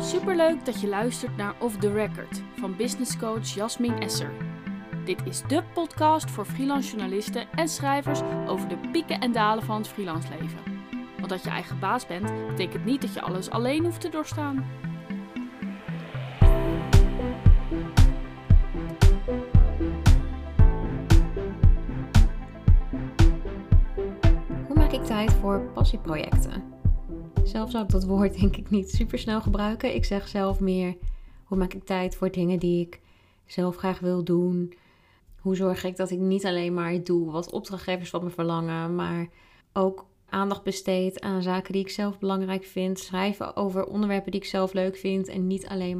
Superleuk dat je luistert naar Off the Record van businesscoach Jasmin Esser. Dit is dé podcast voor freelance journalisten en schrijvers over de pieken en dalen van het freelance leven. Want dat je eigen baas bent, betekent niet dat je alles alleen hoeft te doorstaan. Hoe maak ik tijd voor passieprojecten? Zelf zou ik dat woord denk ik niet super snel gebruiken. Ik zeg zelf meer, hoe maak ik tijd voor dingen die ik zelf graag wil doen? Hoe zorg ik dat ik niet alleen maar doe wat opdrachtgevers van me verlangen, maar ook aandacht besteed aan zaken die ik zelf belangrijk vind. Schrijven over onderwerpen die ik zelf leuk vind en niet alleen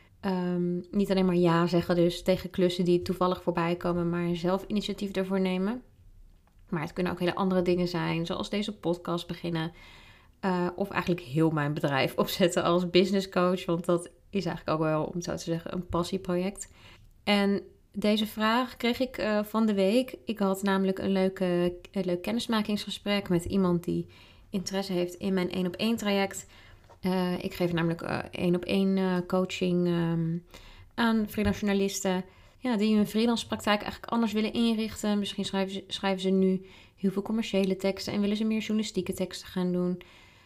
maar ja zeggen dus tegen klussen die toevallig voorbij komen, maar zelf initiatief ervoor nemen. Maar het kunnen ook hele andere dingen zijn, zoals deze podcast beginnen. Of eigenlijk heel mijn bedrijf opzetten als business coach. Want dat is eigenlijk ook wel, om het zo te zeggen, een passieproject. En deze vraag kreeg ik van de week. Ik had namelijk een leuk kennismakingsgesprek met iemand die interesse heeft in mijn 1-op-1 traject. Ik geef namelijk 1-op-1 coaching aan freelance journalisten. Ja, die hun freelance praktijk eigenlijk anders willen inrichten. Misschien schrijven ze nu heel veel commerciële teksten en willen ze meer journalistieke teksten gaan doen.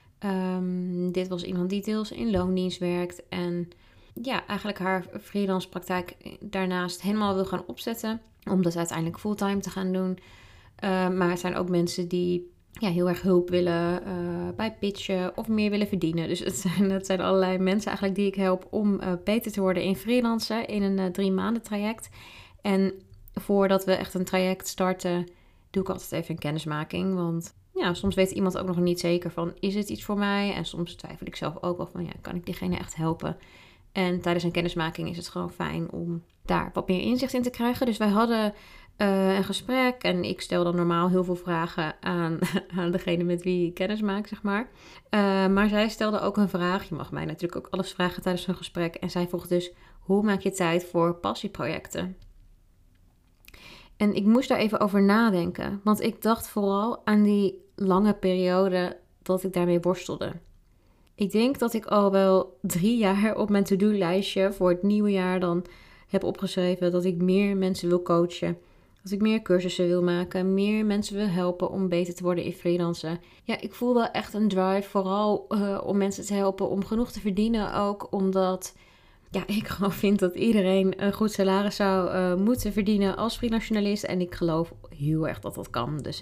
Dit was iemand die deels in loondienst werkt en ja, eigenlijk haar freelance praktijk daarnaast helemaal wil gaan opzetten. Om dat uiteindelijk fulltime te gaan doen. Maar het zijn ook mensen die heel erg hulp willen bij pitchen of meer willen verdienen. Dus het zijn allerlei mensen eigenlijk die ik help om beter te worden in freelancen in een 3 maanden traject. En voordat we echt een traject starten, doe ik altijd even een kennismaking. Want ja, soms weet iemand ook nog niet zeker van, is het iets voor mij? En soms twijfel ik zelf ook wel van, kan ik diegene echt helpen? En tijdens een kennismaking is het gewoon fijn om daar wat meer inzicht in te krijgen. Dus wij hadden een gesprek en ik stel dan normaal heel veel vragen aan degene met wie ik kennis maak, zeg maar. Maar zij stelde ook een vraag. Je mag mij natuurlijk ook alles vragen tijdens een gesprek. En zij vroeg dus, hoe maak je tijd voor passieprojecten? En ik moest daar even over nadenken. Want ik dacht vooral aan die lange periode dat ik daarmee worstelde. Ik denk dat ik al wel 3 jaar op mijn to-do-lijstje voor het nieuwe jaar dan heb opgeschreven dat ik meer mensen wil coachen. Dat ik meer cursussen wil maken, meer mensen wil helpen om beter te worden in freelancen. Ja, ik voel wel echt een drive, vooral om mensen te helpen om genoeg te verdienen ook. Omdat ik gewoon vind dat iedereen een goed salaris zou moeten verdienen als freelance journalist. En ik geloof heel erg dat dat kan. Dus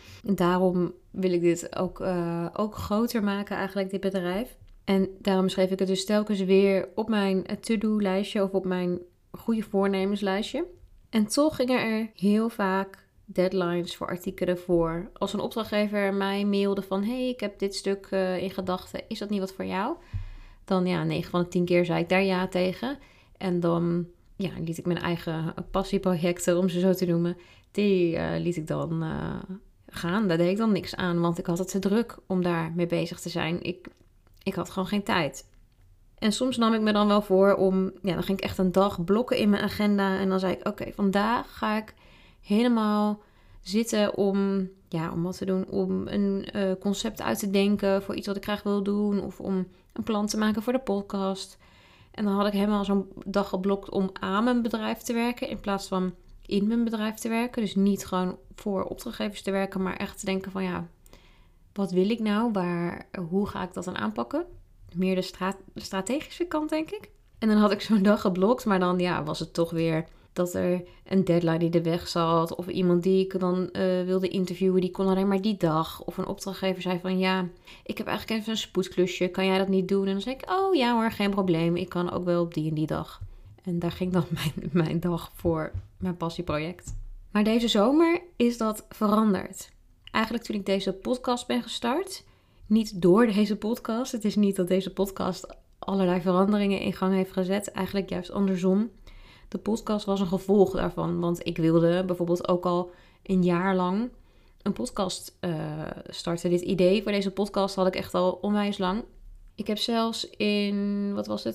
daarom wil ik dit ook groter maken eigenlijk, dit bedrijf. En daarom schreef ik het dus telkens weer op mijn to-do-lijstje of op mijn goede voornemenslijstje. En toch gingen er heel vaak deadlines voor artikelen voor. Als een opdrachtgever mij mailde van, hey, ik heb dit stuk in gedachten, is dat niet wat voor jou? Dan 9 van de 10 keer zei ik daar ja tegen. En dan liet ik mijn eigen passieprojecten, om ze zo te noemen, die liet ik dan gaan. Daar deed ik dan niks aan, want ik had het te druk om daar mee bezig te zijn. Ik had gewoon geen tijd. En soms nam ik me dan wel voor dan ging ik echt een dag blokken in mijn agenda. En dan zei ik, oké, vandaag ga ik helemaal zitten om wat te doen. Om een concept uit te denken voor iets wat ik graag wil doen. Of om een plan te maken voor de podcast. En dan had ik helemaal zo'n dag geblokt om aan mijn bedrijf te werken in plaats van in mijn bedrijf te werken. Dus niet gewoon voor opdrachtgevers te werken, maar echt te denken van wat wil ik nou? Hoe ga ik dat dan aanpakken? Meer de strategische kant, denk ik. En dan had ik zo'n dag geblokt, maar dan was het toch weer dat er een deadline in de weg zat. Of iemand die ik dan wilde interviewen, die kon alleen maar die dag. Of een opdrachtgever zei van ik heb eigenlijk even een spoedklusje, kan jij dat niet doen? En dan zei ik, oh ja hoor, geen probleem, ik kan ook wel op die en die dag. En daar ging dan mijn dag voor mijn passieproject. Maar deze zomer is dat veranderd. Eigenlijk toen ik deze podcast ben gestart, niet door deze podcast. Het is niet dat deze podcast allerlei veranderingen in gang heeft gezet. Eigenlijk juist andersom. De podcast was een gevolg daarvan. Want ik wilde bijvoorbeeld ook al een jaar lang een podcast starten. Dit idee voor deze podcast had ik echt al onwijs lang. Ik heb zelfs in,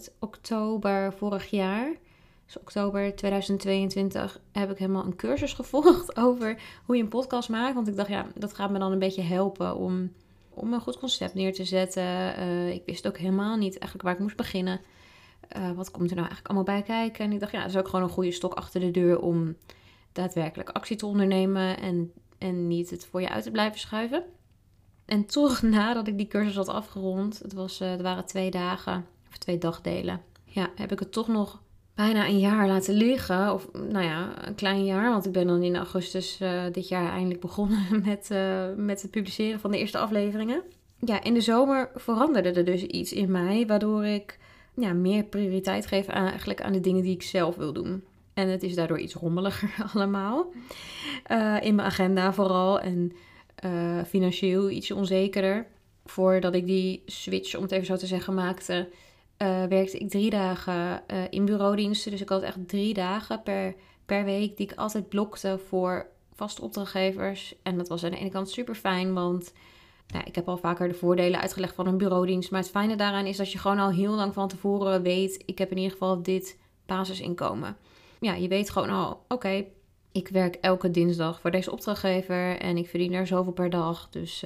oktober vorig jaar, dus oktober 2022, heb ik helemaal een cursus gevolgd over hoe je een podcast maakt. Want ik dacht, dat gaat me dan een beetje helpen om om een goed concept neer te zetten. Ik wist ook helemaal niet eigenlijk waar ik moest beginnen. Wat komt er nou eigenlijk allemaal bij kijken? En ik dacht, ja, dat is ook gewoon een goede stok achter de deur om daadwerkelijk actie te ondernemen en niet het voor je uit te blijven schuiven. En toch, nadat ik die cursus had afgerond, het waren 2 dagen, of 2 dagdelen, ja, heb ik het toch nog bijna een jaar laten liggen. Of nou ja, een klein jaar, want ik ben dan in augustus dit jaar eindelijk begonnen met het publiceren van de eerste afleveringen. Ja, in de zomer veranderde er dus iets in mij, waardoor ik meer prioriteit geef eigenlijk aan de dingen die ik zelf wil doen. En het is daardoor iets rommeliger allemaal. In mijn agenda vooral en financieel ietsje onzekerder. Voordat ik die switch, om het even zo te zeggen, maakte, werkte ik 3 dagen in bureaudiensten. Dus ik had echt 3 dagen per week die ik altijd blokte voor vaste opdrachtgevers. En dat was aan de ene kant super fijn, want ik heb al vaker de voordelen uitgelegd van een bureaudienst. Maar het fijne daaraan is dat je gewoon al heel lang van tevoren weet, ik heb in ieder geval dit basisinkomen. Ja, je weet gewoon al, oké, ik werk elke dinsdag voor deze opdrachtgever en ik verdien er zoveel per dag. Dus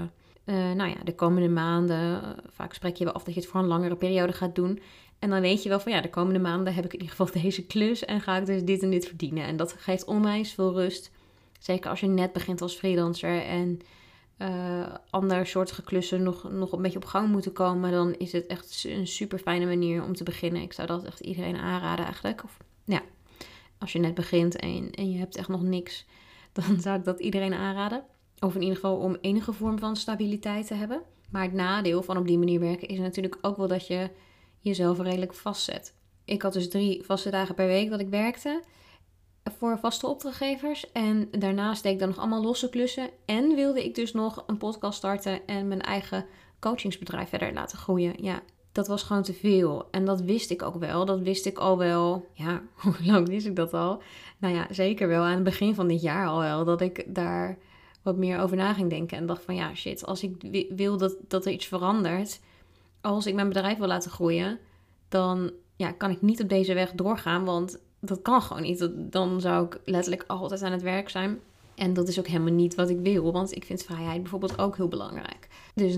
de komende maanden, vaak spreek je wel af dat je het voor een langere periode gaat doen. En dan weet je wel van de komende maanden heb ik in ieder geval deze klus en ga ik dus dit en dit verdienen. En dat geeft onwijs veel rust. Zeker als je net begint als freelancer en andere soortige klussen nog een beetje op gang moeten komen, dan is het echt een super fijne manier om te beginnen. Ik zou dat echt iedereen aanraden eigenlijk. Of als je net begint en je hebt echt nog niks, dan zou ik dat iedereen aanraden. Of in ieder geval om enige vorm van stabiliteit te hebben. Maar het nadeel van op die manier werken is natuurlijk ook wel dat je jezelf redelijk vastzet. Ik had dus 3 vaste dagen per week dat ik werkte voor vaste opdrachtgevers. En daarnaast deed ik dan nog allemaal losse klussen. En wilde ik dus nog een podcast starten en mijn eigen coachingsbedrijf verder laten groeien. Ja, dat was gewoon te veel. En dat wist ik ook wel. Dat wist ik al wel. Ja, hoe lang wist ik dat al? Nou ja, zeker wel aan het begin van dit jaar al wel. Dat ik daar wat meer over na ging denken. En dacht van ja, shit, als ik wil dat er iets verandert. Als ik mijn bedrijf wil laten groeien, dan kan ik niet op deze weg doorgaan. Want dat kan gewoon niet. Dan zou ik letterlijk altijd aan het werk zijn. En dat is ook helemaal niet wat ik wil. Want ik vind vrijheid bijvoorbeeld ook heel belangrijk. Dus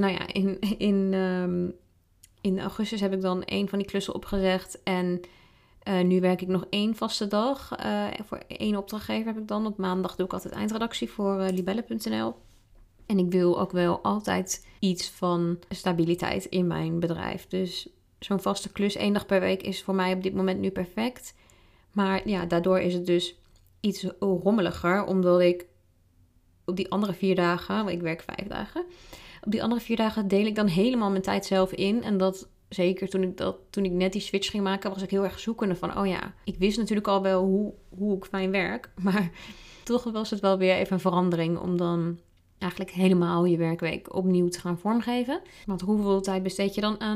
in augustus heb ik dan 1 van die klussen opgezegd. En nu werk ik nog 1 vaste dag. Voor 1 opdrachtgever heb ik dan. Op maandag doe ik altijd eindredactie voor libelle.nl. En ik wil ook wel altijd iets van stabiliteit in mijn bedrijf. Dus zo'n vaste klus 1 dag per week is voor mij op dit moment nu perfect. Maar daardoor is het dus iets rommeliger. Omdat ik op die andere 4 dagen, want ik werk 5 dagen. Op die andere 4 dagen deel ik dan helemaal mijn tijd zelf in. En dat zeker toen ik net die switch ging maken, was ik heel erg zoekende van, ik wist natuurlijk al wel hoe ik fijn werk. Maar toch was het wel weer even een verandering om dan eigenlijk helemaal je werkweek opnieuw te gaan vormgeven. Want hoeveel tijd besteed je dan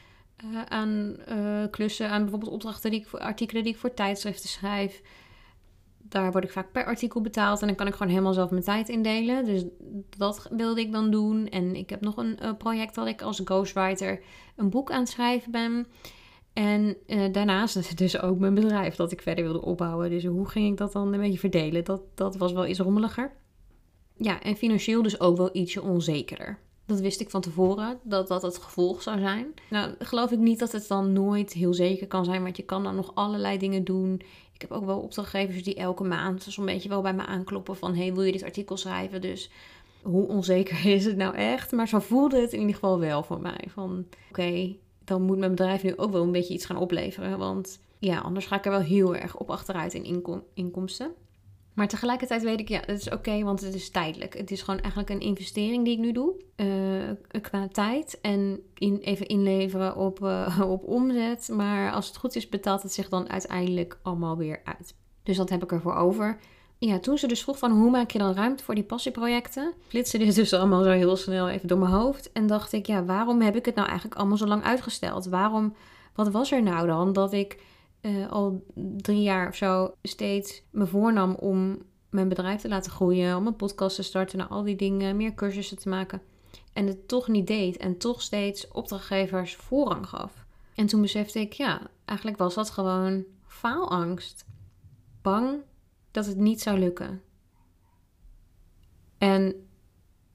aan klussen, aan bijvoorbeeld opdrachten, artikelen die ik voor tijdschriften schrijf. Daar word ik vaak per artikel betaald en dan kan ik gewoon helemaal zelf mijn tijd indelen. Dus dat wilde ik dan doen. En ik heb nog een project dat ik als ghostwriter een boek aan het schrijven ben. En daarnaast is het dus ook mijn bedrijf dat ik verder wilde opbouwen. Dus hoe ging ik dat dan een beetje verdelen? Dat was wel iets rommeliger. Ja, en financieel dus ook wel ietsje onzekerder. Dat wist ik van tevoren, dat het gevolg zou zijn. Nou, geloof ik niet dat het dan nooit heel zeker kan zijn, want je kan dan nog allerlei dingen doen. Ik heb ook wel opdrachtgevers die elke maand zo'n beetje wel bij me aankloppen van, hey, wil je dit artikel schrijven? Dus hoe onzeker is het nou echt? Maar zo voelde het in ieder geval wel voor mij. Van oké, dan moet mijn bedrijf nu ook wel een beetje iets gaan opleveren. Want anders ga ik er wel heel erg op achteruit in inkomsten. Maar tegelijkertijd weet ik, het is oké, want het is tijdelijk. Het is gewoon eigenlijk een investering die ik nu doe. Qua tijd en even inleveren op omzet. Maar als het goed is, betaalt het zich dan uiteindelijk allemaal weer uit. Dus dat heb ik ervoor over. Ja, toen ze dus vroeg van hoe maak je dan ruimte voor die passieprojecten, flitste dit dus allemaal zo heel snel even door mijn hoofd. En dacht ik, waarom heb ik het nou eigenlijk allemaal zo lang uitgesteld? Wat was er nou dan dat ik al 3 jaar of zo steeds me voornam om mijn bedrijf te laten groeien, om een podcast te starten, al die dingen, meer cursussen te maken. En het toch niet deed en toch steeds opdrachtgevers voorrang gaf. En toen besefte ik, eigenlijk was dat gewoon faalangst. Bang dat het niet zou lukken. En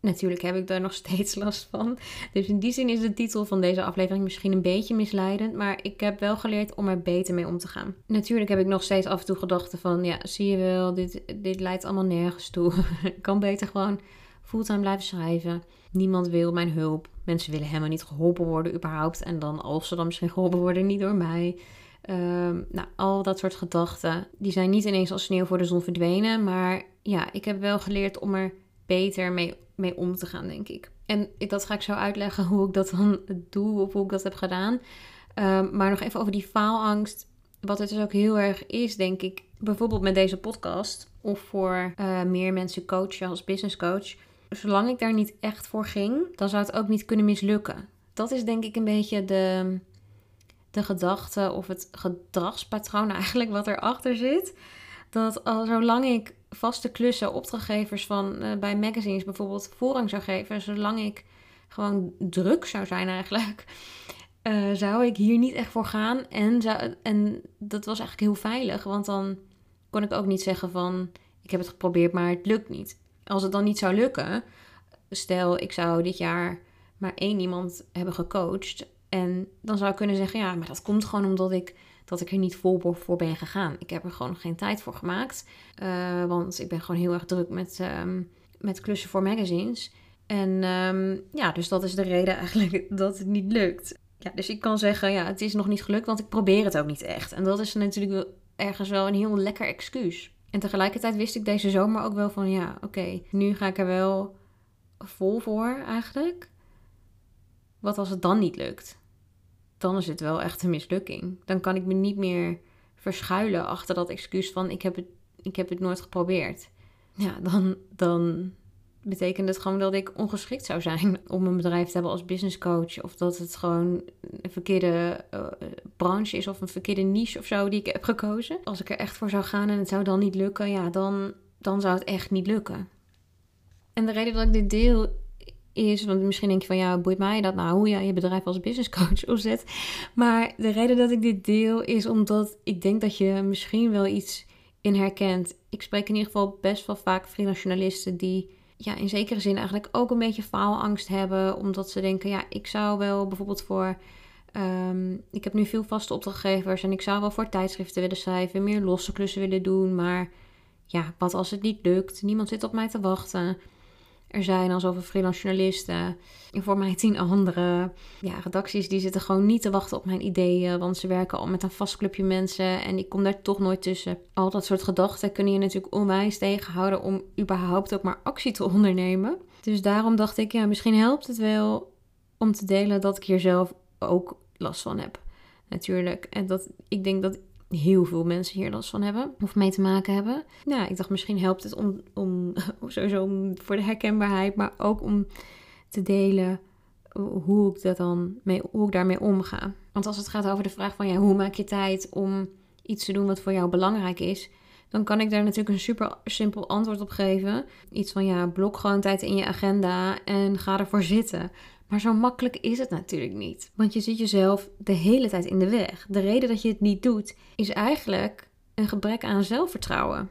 Natuurlijk heb ik daar nog steeds last van. Dus in die zin is de titel van deze aflevering misschien een beetje misleidend. Maar ik heb wel geleerd om er beter mee om te gaan. Natuurlijk heb ik nog steeds af en toe gedachten van... ja, zie je wel, dit leidt allemaal nergens toe. Ik kan beter gewoon fulltime blijven schrijven. Niemand wil mijn hulp. Mensen willen helemaal niet geholpen worden überhaupt. En dan als ze dan misschien geholpen worden, niet door mij. Al dat soort gedachten. Die zijn niet ineens als sneeuw voor de zon verdwenen. Maar ja, ik heb wel geleerd om er beter mee om te gaan, denk ik. En dat ga ik zo uitleggen hoe ik dat dan doe of hoe ik dat heb gedaan. Maar nog even over die faalangst. Wat het dus ook heel erg is, denk ik, bijvoorbeeld met deze podcast of voor meer mensen coachen als business coach. Zolang ik daar niet echt voor ging, dan zou het ook niet kunnen mislukken. Dat is denk ik een beetje de gedachte of het gedragspatroon eigenlijk wat erachter zit. Dat zolang ik vaste klussen, opdrachtgevers bij magazines bijvoorbeeld voorrang zou geven, zolang ik gewoon druk zou zijn eigenlijk, zou ik hier niet echt voor gaan. En dat was eigenlijk heel veilig, want dan kon ik ook niet zeggen van, ik heb het geprobeerd, maar het lukt niet. Als het dan niet zou lukken, stel ik zou dit jaar maar 1 iemand hebben gecoacht, en dan zou ik kunnen zeggen, ja, maar dat komt gewoon omdat ik er niet vol voor ben gegaan. Ik heb er gewoon geen tijd voor gemaakt. Want ik ben gewoon heel erg druk met klussen voor magazines. En dus dat is de reden eigenlijk dat het niet lukt. Ja, dus ik kan zeggen, ja, het is nog niet gelukt, want ik probeer het ook niet echt. En dat is natuurlijk ergens wel een heel lekker excuus. En tegelijkertijd wist ik deze zomer ook wel van, ja, oké, nu ga ik er wel vol voor eigenlijk. Wat als het dan niet lukt? Dan is het wel echt een mislukking. Dan kan ik me niet meer verschuilen achter dat excuus van ik heb het nooit geprobeerd. Ja, dan betekent het gewoon dat ik ongeschikt zou zijn om een bedrijf te hebben als business coach. Of dat het gewoon een verkeerde branche is of een verkeerde niche of zo die ik heb gekozen. Als ik er echt voor zou gaan en het zou dan niet lukken, ja, dan zou het echt niet lukken. En de reden dat ik dit deel is, want misschien denk je van, ja, boeit mij dat nou, hoe jij je bedrijf als business coach opzet. Maar de reden dat ik dit deel is omdat ik denk dat je misschien wel iets in herkent. Ik spreek in ieder geval best wel vaak freelance journalisten die ja, in zekere zin eigenlijk ook een beetje faalangst hebben, omdat ze denken, ja, ik zou wel bijvoorbeeld ik heb nu veel vaste opdrachtgevers en ik zou wel voor tijdschriften willen schrijven, meer losse klussen willen doen, maar ja, wat als het niet lukt? Niemand zit op mij te wachten. Er zijn al zoveel freelance journalisten. En voor mij 10 andere redacties die zitten gewoon niet te wachten op mijn ideeën. Want ze werken al met een vast clubje mensen. En ik kom daar toch nooit tussen. Al dat soort gedachten kunnen je natuurlijk onwijs tegenhouden om überhaupt ook maar actie te ondernemen. Dus daarom dacht ik, ja, misschien helpt het wel om te delen dat ik hier zelf ook last van heb. Natuurlijk. En ik denk dat heel veel mensen hier last van hebben of mee te maken hebben. Nou, ik dacht misschien helpt het om sowieso voor de herkenbaarheid, maar ook om te delen hoe ik daarmee omga. Want als het gaat over de vraag van, ja, hoe maak je tijd om iets te doen wat voor jou belangrijk is, dan kan ik daar natuurlijk een super simpel antwoord op geven. Iets van, ja, blok gewoon tijd in je agenda en ga ervoor zitten. Maar zo makkelijk is het natuurlijk niet. Want je zit jezelf de hele tijd in de weg. De reden dat je het niet doet, is eigenlijk een gebrek aan zelfvertrouwen.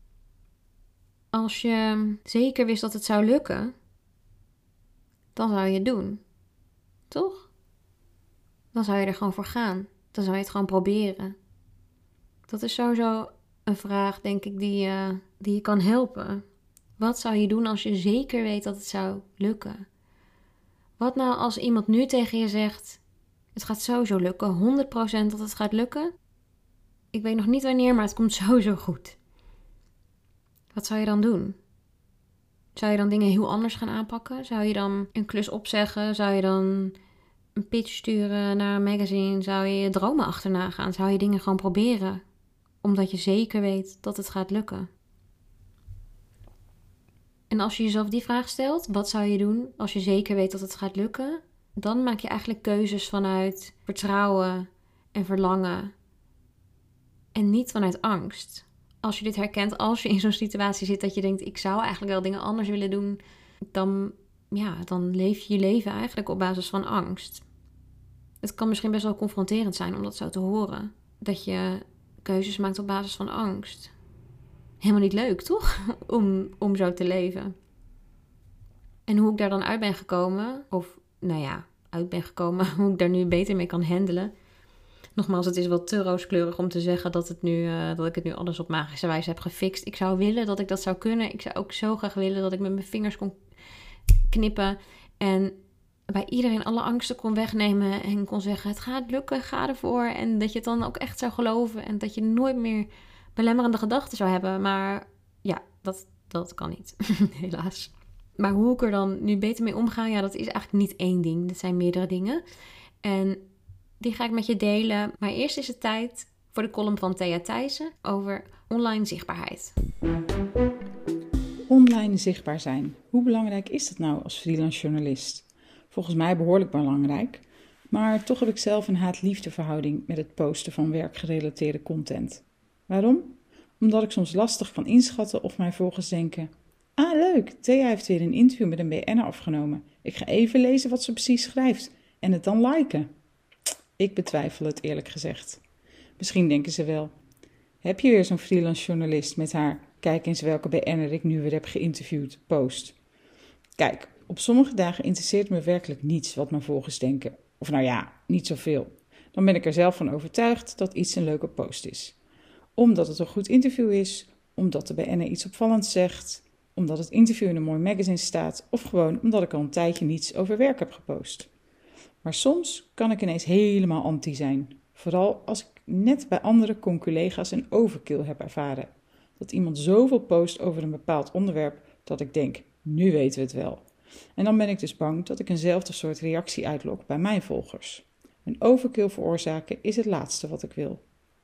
Als je zeker wist dat het zou lukken, dan zou je het doen. Toch? Dan zou je er gewoon voor gaan. Dan zou je het gewoon proberen. Dat is sowieso een vraag, denk ik, die je kan helpen. Wat zou je doen als je zeker weet dat het zou lukken? Wat nou als iemand nu tegen je zegt, het gaat sowieso lukken, 100% dat het gaat lukken? Ik weet nog niet wanneer, maar het komt sowieso goed. Wat zou je dan doen? Zou je dan dingen heel anders gaan aanpakken? Zou je dan een klus opzeggen? Zou je dan een pitch sturen naar een magazine? Zou je je dromen achterna gaan? Zou je dingen gewoon proberen? Omdat je zeker weet dat het gaat lukken. En als je jezelf die vraag stelt, wat zou je doen als je zeker weet dat het gaat lukken? Dan maak je eigenlijk keuzes vanuit vertrouwen en verlangen. En niet vanuit angst. Als je dit herkent, als je in zo'n situatie zit dat je denkt, ik zou eigenlijk wel dingen anders willen doen, dan leef je je leven eigenlijk op basis van angst. Het kan misschien best wel confronterend zijn om dat zo te horen. Dat je keuzes maakt op basis van angst. Helemaal niet leuk, toch? Om zo te leven. En hoe ik daar dan uit ben gekomen, hoe ik daar nu beter mee kan handelen. Nogmaals, het is wel te rooskleurig om te zeggen dat ik het nu alles op magische wijze heb gefixt. Ik zou willen dat ik dat zou kunnen. Ik zou ook zo graag willen dat ik met mijn vingers kon knippen en bij iedereen alle angsten kon wegnemen en kon zeggen, het gaat lukken, ga ervoor. En dat je het dan ook echt zou geloven en dat je nooit meer belemmerende gedachten zou hebben. Maar ja, dat kan niet, helaas. Maar hoe ik er dan nu beter mee omga, ja, dat is eigenlijk niet één ding. Dat zijn meerdere dingen. En die ga ik met je delen. Maar eerst is het tijd voor de column van Thea Thijssen over online zichtbaarheid. Online zichtbaar zijn. Hoe belangrijk is dat nou als freelance journalist? Volgens mij behoorlijk belangrijk. Maar toch heb ik zelf een haat-liefde verhouding met het posten van werkgerelateerde content. Waarom? Omdat ik soms lastig kan inschatten of mijn volgers denken, ah leuk, Thea heeft weer een interview met een BN'er afgenomen. Ik ga even lezen wat ze precies schrijft en het dan liken. Ik betwijfel het eerlijk gezegd. Misschien denken ze wel, heb je weer zo'n freelance journalist met haar, kijk eens welke BN'er ik nu weer heb geïnterviewd, post. Kijk, op sommige dagen interesseert me werkelijk niets wat mijn volgers denken. Of nou ja, niet zoveel. Dan ben ik er zelf van overtuigd dat iets een leuke post is. Omdat het een goed interview is, omdat de BN'er iets opvallends zegt, omdat het interview in een mooi magazine staat of gewoon omdat ik al een tijdje niets over werk heb gepost. Maar soms kan ik ineens helemaal anti zijn. Vooral als ik net bij andere conculega's een overkill heb ervaren. Dat iemand zoveel post over een bepaald onderwerp dat ik denk, nu weten we het wel. En dan ben ik dus bang dat ik eenzelfde soort reactie uitlok bij mijn volgers. Een overkill veroorzaken is het laatste wat ik wil.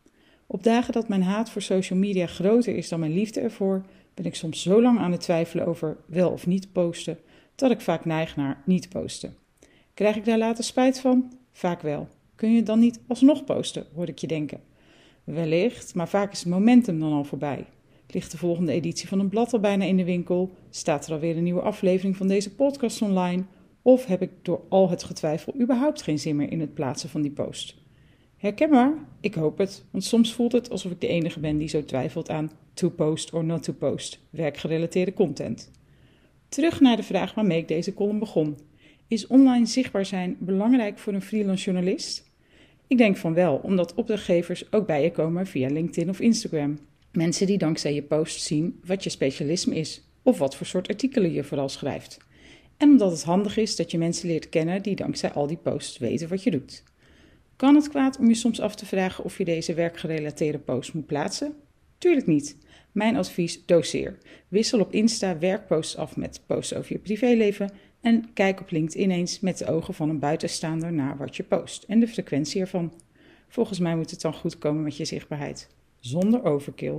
Op dagen dat mijn haat voor social media groter is dan mijn liefde ervoor, ben ik soms zo lang aan het twijfelen over wel of niet posten, dat ik vaak neig naar niet posten. Krijg ik daar later spijt van? Vaak wel. Kun je het dan niet alsnog posten, hoorde ik je denken. Wellicht, maar vaak is het momentum dan al voorbij. Ligt de volgende editie van een blad al bijna in de winkel? Staat er alweer een nieuwe aflevering van deze podcast online? Of heb ik door al het getwijfel überhaupt geen zin meer in het plaatsen van die post? Herkenbaar? Ik hoop het, want soms voelt het alsof ik de enige ben die zo twijfelt aan to post or not to post, werkgerelateerde content. Terug naar de vraag waarmee ik deze column begon. Is online zichtbaar zijn belangrijk voor een freelance journalist? Ik denk van wel, omdat opdrachtgevers ook bij je komen via LinkedIn of Instagram. Mensen die dankzij je post zien wat je specialisme is of wat voor soort artikelen je vooral schrijft. En omdat het handig is dat je mensen leert kennen die dankzij al die posts weten wat je doet. Kan het kwaad om je soms af te vragen of je deze werkgerelateerde post moet plaatsen? Tuurlijk niet. Mijn advies, doseer. Wissel op Insta werkposts af met posts over je privéleven en kijk op LinkedIn eens met de ogen van een buitenstaander naar wat je post en de frequentie ervan. Volgens mij moet het dan goed komen met je zichtbaarheid. Zonder overkill.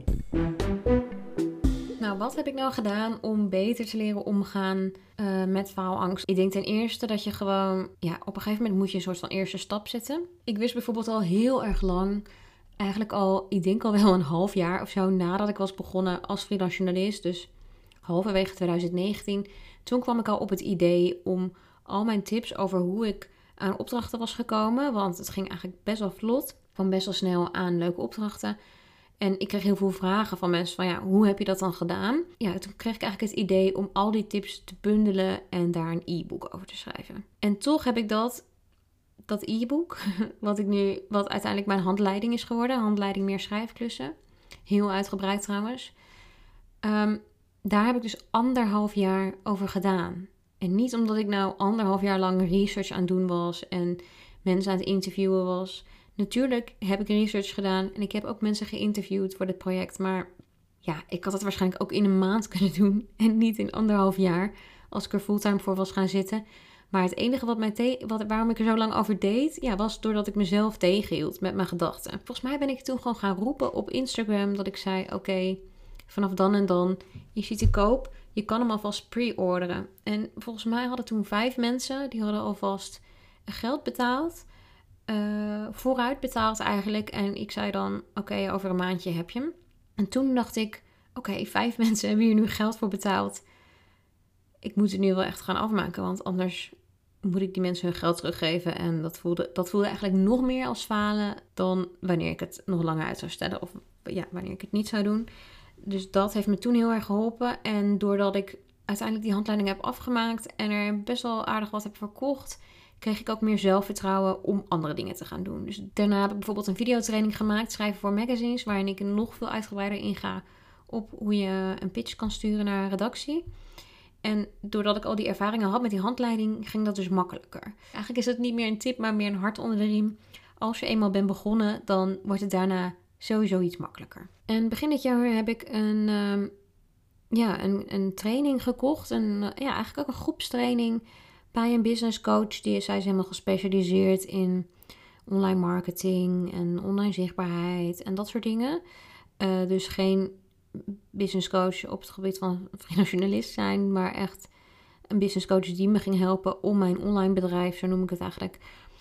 Nou, wat heb ik nou gedaan om beter te leren omgaan met faalangst? Ik denk ten eerste dat je gewoon, op een gegeven moment moet je een soort van eerste stap zetten. Ik wist bijvoorbeeld al heel erg lang, eigenlijk al, ik denk al wel een half jaar of zo nadat ik was begonnen als freelance journalist, dus halverwege 2019, toen kwam ik al op het idee om al mijn tips over hoe ik aan opdrachten was gekomen, want het ging eigenlijk best wel vlot, kwam best wel snel aan leuke opdrachten. En ik kreeg heel veel vragen van mensen van hoe heb je dat dan gedaan? Ja, toen kreeg ik eigenlijk het idee om al die tips te bundelen en daar een e-book over te schrijven. En toch heb ik dat e-book, wat uiteindelijk mijn handleiding is geworden, handleiding meer schrijfklussen, heel uitgebreid trouwens. Daar heb ik dus 1,5 jaar over gedaan. En niet omdat ik nou 1,5 jaar lang research aan het doen was en mensen aan het interviewen was. Natuurlijk heb ik research gedaan en ik heb ook mensen geïnterviewd voor dit project. Maar ik had het waarschijnlijk ook in een maand kunnen doen en niet in 1,5 jaar als ik er fulltime voor was gaan zitten. Maar het enige waarom ik er zo lang over deed, was doordat ik mezelf tegenhield met mijn gedachten. Volgens mij ben ik toen gewoon gaan roepen op Instagram dat ik zei, oké, vanaf dan en dan, je ziet de koop, je kan hem alvast pre-orderen. En volgens mij hadden toen 5 mensen, die hadden alvast geld betaald. Vooruit betaald eigenlijk. En ik zei dan, oké, over een maandje heb je hem. En toen dacht ik, oké, 5 mensen hebben hier nu geld voor betaald. Ik moet het nu wel echt gaan afmaken, want anders moet ik die mensen hun geld teruggeven. En dat voelde eigenlijk nog meer als falen dan wanneer ik het nog langer uit zou stellen. Of wanneer ik het niet zou doen. Dus dat heeft me toen heel erg geholpen. En doordat ik uiteindelijk die handleiding heb afgemaakt en er best wel aardig wat heb verkocht, kreeg ik ook meer zelfvertrouwen om andere dingen te gaan doen. Dus daarna heb ik bijvoorbeeld een videotraining gemaakt, schrijven voor magazines, waarin ik nog veel uitgebreider inga op hoe je een pitch kan sturen naar een redactie. En doordat ik al die ervaringen had met die handleiding, ging dat dus makkelijker. Eigenlijk is het niet meer een tip, maar meer een hart onder de riem. Als je eenmaal bent begonnen, dan wordt het daarna sowieso iets makkelijker. En begin dit jaar heb ik een training gekocht. Eigenlijk ook een groepstraining bij een business coach. Zij is helemaal gespecialiseerd in online marketing en online zichtbaarheid en dat soort dingen. Dus geen business coach op het gebied van freelance journalist zijn, maar echt een business coach die me ging helpen om mijn online bedrijf, zo noem ik het eigenlijk,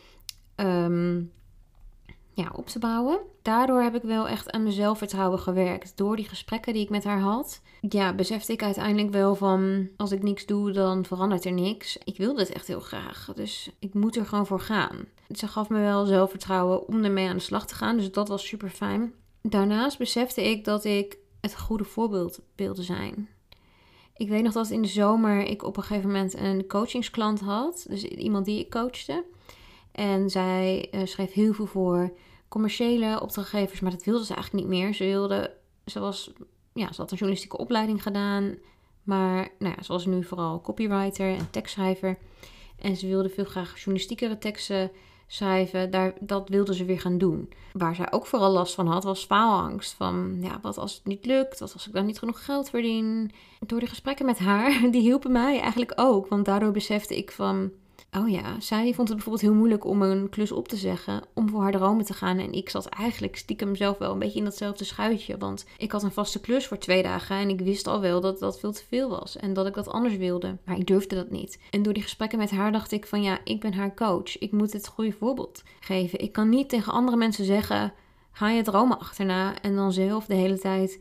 op te bouwen. Daardoor heb ik wel echt aan mijn zelfvertrouwen gewerkt. Door die gesprekken die ik met haar had, besefte ik uiteindelijk wel van, als ik niks doe, dan verandert er niks. Ik wil dit echt heel graag, dus ik moet er gewoon voor gaan. Ze gaf me wel zelfvertrouwen om ermee aan de slag te gaan, dus dat was super fijn. Daarnaast besefte ik dat ik het goede voorbeeld wilde zijn. Ik weet nog dat in de zomer ik op een gegeven moment een coachingsklant had. Dus iemand die ik coachte. En zij schreef heel veel voor commerciële opdrachtgevers, maar dat wilde ze eigenlijk niet meer. Ze had een journalistieke opleiding gedaan, maar ze was nu vooral copywriter en tekstschrijver. En ze wilde veel graag journalistiekere teksten schrijven. Dat wilde ze weer gaan doen. Waar zij ook vooral last van had, was faalangst. Van, wat als het niet lukt? Wat als ik dan niet genoeg geld verdien? Door de gesprekken met haar, die hielpen mij eigenlijk ook. Want daardoor besefte ik van, zij vond het bijvoorbeeld heel moeilijk om een klus op te zeggen, om voor haar dromen te gaan. En ik zat eigenlijk stiekem zelf wel een beetje in datzelfde schuitje. Want ik had een vaste klus voor 2 dagen en ik wist al wel dat dat veel te veel was. En dat ik dat anders wilde. Maar ik durfde dat niet. En door die gesprekken met haar dacht ik van, ik ben haar coach. Ik moet het goede voorbeeld geven. Ik kan niet tegen andere mensen zeggen, ga je dromen achterna en dan zelf de hele tijd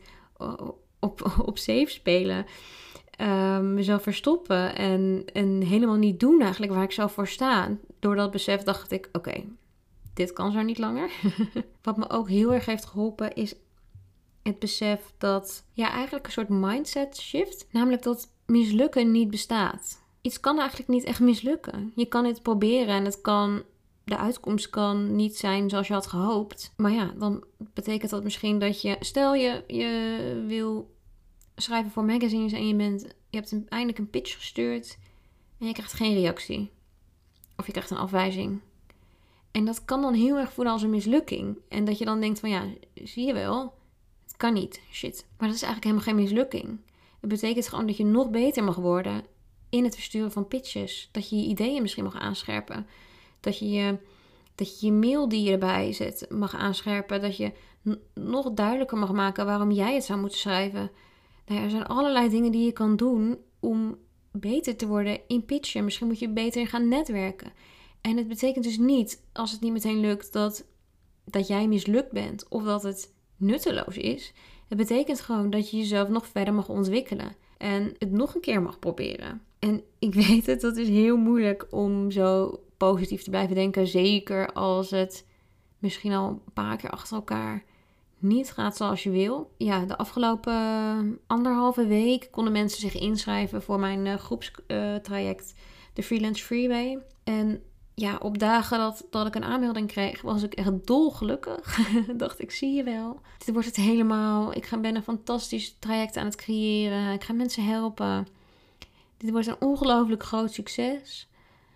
op safe spelen. Mezelf verstoppen en helemaal niet doen eigenlijk waar ik zelf voor sta. Door dat besef dacht ik, oké, dit kan zo niet langer. Wat me ook heel erg heeft geholpen is het besef dat, eigenlijk een soort mindset shift. Namelijk dat mislukken niet bestaat. Iets kan eigenlijk niet echt mislukken. Je kan het proberen en de uitkomst kan niet zijn zoals je had gehoopt. Maar dan betekent dat misschien dat stel je wil schrijven voor magazines en je hebt eindelijk een pitch gestuurd en je krijgt geen reactie. Of je krijgt een afwijzing. En dat kan dan heel erg voelen als een mislukking. En dat je dan denkt van zie je wel, het kan niet, shit. Maar dat is eigenlijk helemaal geen mislukking. Het betekent gewoon dat je nog beter mag worden in het versturen van pitches. Dat je je ideeën misschien mag aanscherpen. Dat je je mail die je erbij zet mag aanscherpen. Dat je nog duidelijker mag maken waarom jij het zou moeten schrijven. Er zijn allerlei dingen die je kan doen om beter te worden in pitchen. Misschien moet je beter gaan netwerken. En het betekent dus niet, als het niet meteen lukt, dat jij mislukt bent of dat het nutteloos is. Het betekent gewoon dat je jezelf nog verder mag ontwikkelen en het nog een keer mag proberen. En ik weet het, dat is heel moeilijk om zo positief te blijven denken. Zeker als het misschien al een paar keer achter elkaar niet gaat zoals je wil. De afgelopen 1,5 week konden mensen zich inschrijven voor mijn groepstraject, de Freelance Freeway. En op dagen dat ik een aanmelding kreeg, was ik echt dolgelukkig. Dacht ik, zie je wel. Dit wordt het helemaal. Ben een fantastisch traject aan het creëren. Ik ga mensen helpen. Dit wordt een ongelooflijk groot succes.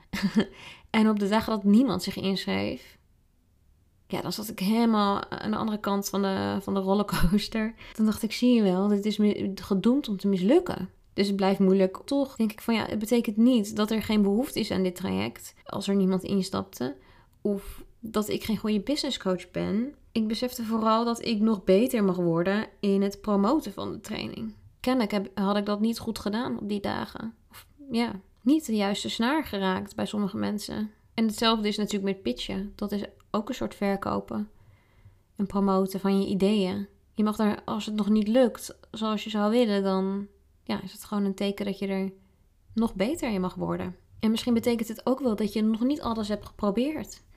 En op de dagen dat niemand zich inschreef, dan zat ik helemaal aan de andere kant van de rollercoaster. Dan dacht ik, zie je wel, dit is gedoemd om te mislukken. Dus het blijft moeilijk. Toch denk ik van het betekent niet dat er geen behoefte is aan dit traject als er niemand instapte. Of dat ik geen goede business coach ben. Ik besefte vooral dat ik nog beter mag worden in het promoten van de training. Kennelijk had ik dat niet goed gedaan op die dagen. Of niet de juiste snaar geraakt bij sommige mensen. En hetzelfde is natuurlijk met pitchen. Dat is ook een soort verkopen en promoten van je ideeën. Je mag daar, als het nog niet lukt zoals je zou willen, dan is het gewoon een teken dat je er nog beter in mag worden. En misschien betekent het ook wel dat je nog niet alles hebt geprobeerd.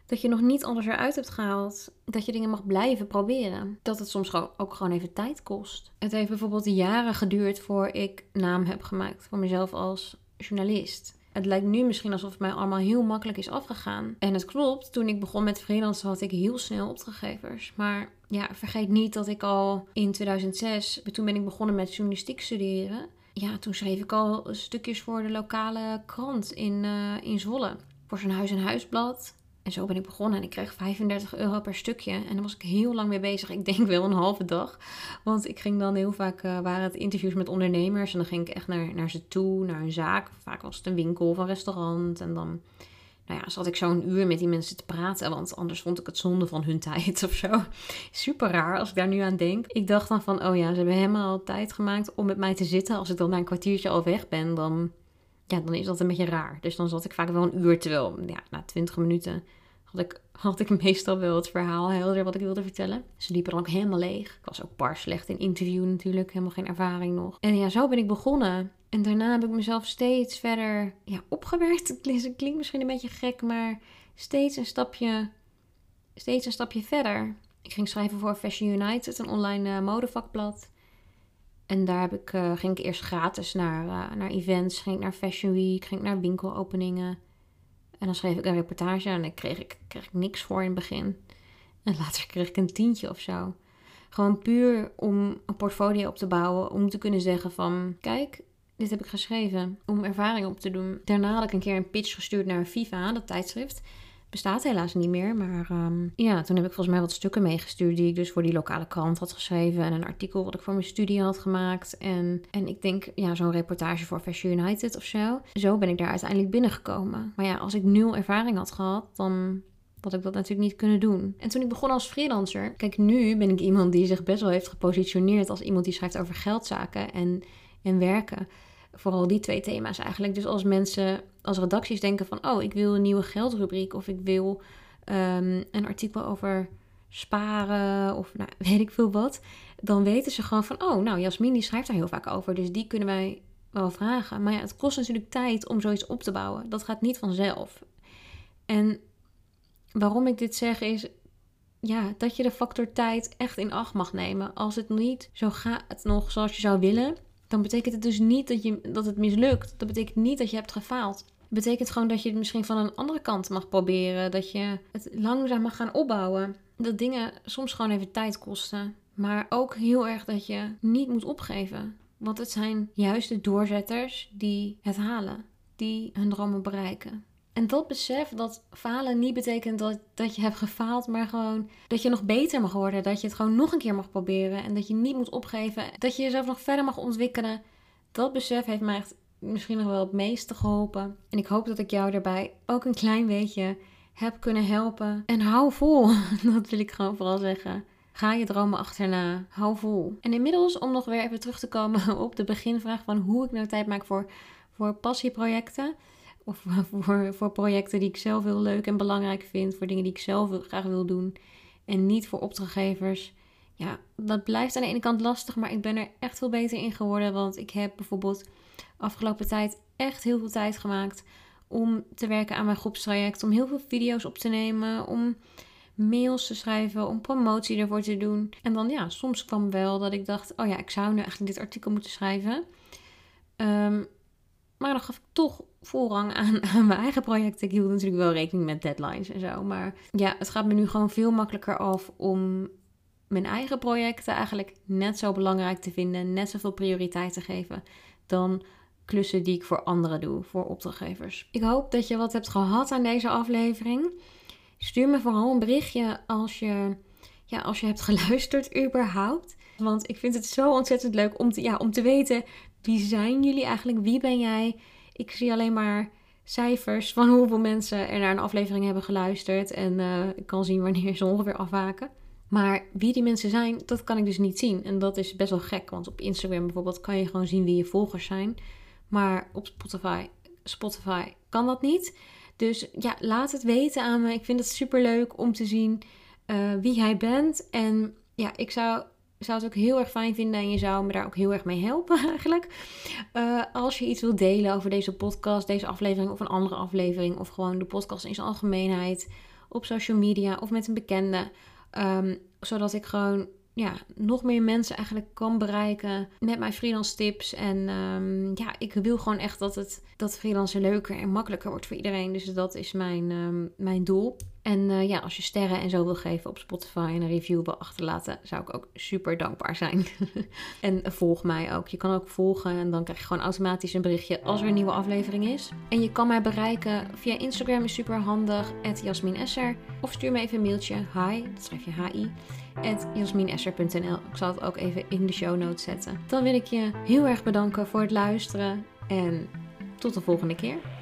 dat je nog niet alles eruit hebt gehaald. Dat je dingen mag blijven proberen. Dat het soms ook gewoon even tijd kost. Het heeft bijvoorbeeld jaren geduurd voor ik naam heb gemaakt voor mezelf als journalist. Het lijkt nu misschien alsof het mij allemaal heel makkelijk is afgegaan. En het klopt, toen ik begon met freelancen had ik heel snel opdrachtgevers. Maar ja, vergeet niet dat ik al in 2006, toen ben ik begonnen met journalistiek studeren. Ja, toen schreef ik al stukjes voor de lokale krant in Zwolle. Voor zo'n huis-en-huisblad. En zo ben ik begonnen en ik kreeg €35 per stukje. En daar was ik heel lang mee bezig. Ik denk wel een halve dag. Want ik ging dan heel vaak, waren het interviews met ondernemers. En dan ging ik echt naar ze toe, naar hun zaak. Vaak was het een winkel of een restaurant. En dan zat ik zo'n uur met die mensen te praten. Want anders vond ik het zonde van hun tijd of zo. Super raar als ik daar nu aan denk. Ik dacht dan van, oh ja, ze hebben helemaal tijd gemaakt om met mij te zitten. Als ik dan na een kwartiertje al weg ben, dan is dat een beetje raar. Dus dan zat ik vaak wel een uur, terwijl na 20 minuten had ik meestal wel het verhaal helder wat ik wilde vertellen. Ze liepen dan ook helemaal leeg. Ik was ook bar slecht in interview natuurlijk, helemaal geen ervaring nog. En ja, zo ben ik begonnen. En daarna heb ik mezelf steeds verder opgewerkt. Het klinkt misschien een beetje gek, maar steeds een stapje verder. Ik ging schrijven voor Fashion United, een online modevakblad. En daar ging ik eerst gratis naar events, ging ik naar Fashion Week, ging ik naar winkelopeningen. En dan schreef ik een reportage en daar kreeg ik niks voor in het begin. En later kreeg ik een tientje of zo. Gewoon puur om een portfolio op te bouwen, om te kunnen zeggen van, kijk, dit heb ik geschreven, om ervaring op te doen. Daarna had ik een keer een pitch gestuurd naar Viva, dat tijdschrift. Bestaat helaas niet meer, maar toen heb ik volgens mij wat stukken meegestuurd die ik dus voor die lokale krant had geschreven en een artikel wat ik voor mijn studie had gemaakt en ik denk zo'n reportage voor Fashion United of zo. Zo ben ik daar uiteindelijk binnengekomen. Maar ja, als ik 0 ervaring had gehad, dan had ik dat natuurlijk niet kunnen doen. En toen ik begon als freelancer, kijk, nu ben ik iemand die zich best wel heeft gepositioneerd als iemand die schrijft over geldzaken en werken. Vooral die 2 thema's eigenlijk. Dus als redacties denken van, oh, ik wil een nieuwe geldrubriek of ik wil een artikel over sparen of weet ik veel wat. Dan weten ze gewoon van, oh, nou, Jasmin die schrijft daar heel vaak over. Dus die kunnen wij wel vragen. Maar ja, het kost natuurlijk tijd om zoiets op te bouwen. Dat gaat niet vanzelf. En waarom ik dit zeg is, dat je de factor tijd echt in acht mag nemen. Als het niet zo gaat nog zoals je zou willen, dan betekent het dus niet dat het mislukt. Dat betekent niet dat je hebt gefaald. Het betekent gewoon dat je het misschien van een andere kant mag proberen. Dat je het langzaam mag gaan opbouwen. Dat dingen soms gewoon even tijd kosten. Maar ook heel erg dat je niet moet opgeven. Want het zijn juist de doorzetters die het halen. Die hun dromen bereiken. En dat besef dat falen niet betekent dat je hebt gefaald, maar gewoon dat je nog beter mag worden. Dat je het gewoon nog een keer mag proberen en dat je niet moet opgeven. Dat je jezelf nog verder mag ontwikkelen. Dat besef heeft mij echt misschien nog wel het meeste geholpen. En ik hoop dat ik jou daarbij ook een klein beetje heb kunnen helpen. En hou vol, dat wil ik gewoon vooral zeggen. Ga je dromen achterna, hou vol. En inmiddels, om nog weer even terug te komen op de beginvraag van hoe ik nou tijd maak voor passieprojecten. Of voor projecten die ik zelf heel leuk en belangrijk vind. Voor dingen die ik zelf graag wil doen. En niet voor opdrachtgevers. Ja, dat blijft aan de ene kant lastig. Maar ik ben er echt veel beter in geworden. Want ik heb bijvoorbeeld afgelopen tijd echt heel veel tijd gemaakt om te werken aan mijn groepstraject. Om heel veel video's op te nemen. Om mails te schrijven. Om promotie ervoor te doen. En dan soms kwam wel dat ik dacht, oh ja, ik zou nu eigenlijk dit artikel moeten schrijven. Maar dan gaf ik toch voorrang aan mijn eigen projecten. Ik hield natuurlijk wel rekening met deadlines en zo. Maar ja, het gaat me nu gewoon veel makkelijker af om mijn eigen projecten eigenlijk net zo belangrijk te vinden. Net zoveel prioriteit te geven dan klussen die ik voor anderen doe, voor opdrachtgevers. Ik hoop dat je wat hebt gehad aan deze aflevering. Stuur me vooral een berichtje als je hebt geluisterd überhaupt. Want ik vind het zo ontzettend leuk om te weten, wie zijn jullie eigenlijk? Wie ben jij? Ik zie alleen maar cijfers van hoeveel mensen er naar een aflevering hebben geluisterd. En ik kan zien wanneer ze ongeveer afhaken. Maar wie die mensen zijn, dat kan ik dus niet zien. En dat is best wel gek. Want op Instagram bijvoorbeeld kan je gewoon zien wie je volgers zijn. Maar op Spotify kan dat niet. Dus ja, laat het weten aan me. Ik vind het super leuk om te zien wie jij bent. En ja, ik zou het ook heel erg fijn vinden en je zou me daar ook heel erg mee helpen eigenlijk. Als je iets wilt delen over deze podcast, deze aflevering of een andere aflevering of gewoon de podcast in zijn algemeenheid. op social media of met een bekende. Zodat ik gewoon nog meer mensen eigenlijk kan bereiken met mijn freelance tips. En ik wil gewoon echt dat freelancen leuker en makkelijker wordt voor iedereen. Dus dat is mijn doel. En als je sterren en zo wil geven op Spotify en een review wil achterlaten, zou ik ook super dankbaar zijn. En volg mij ook. Je kan ook volgen en dan krijg je gewoon automatisch een berichtje als er een nieuwe aflevering is. En je kan mij bereiken via Instagram, is super handig, @JasminEsser. Of stuur me even een mailtje, hi, dat schrijf je hi, @jasminesser.nl. Ik zal het ook even in de show notes zetten. Dan wil ik je heel erg bedanken voor het luisteren en tot de volgende keer.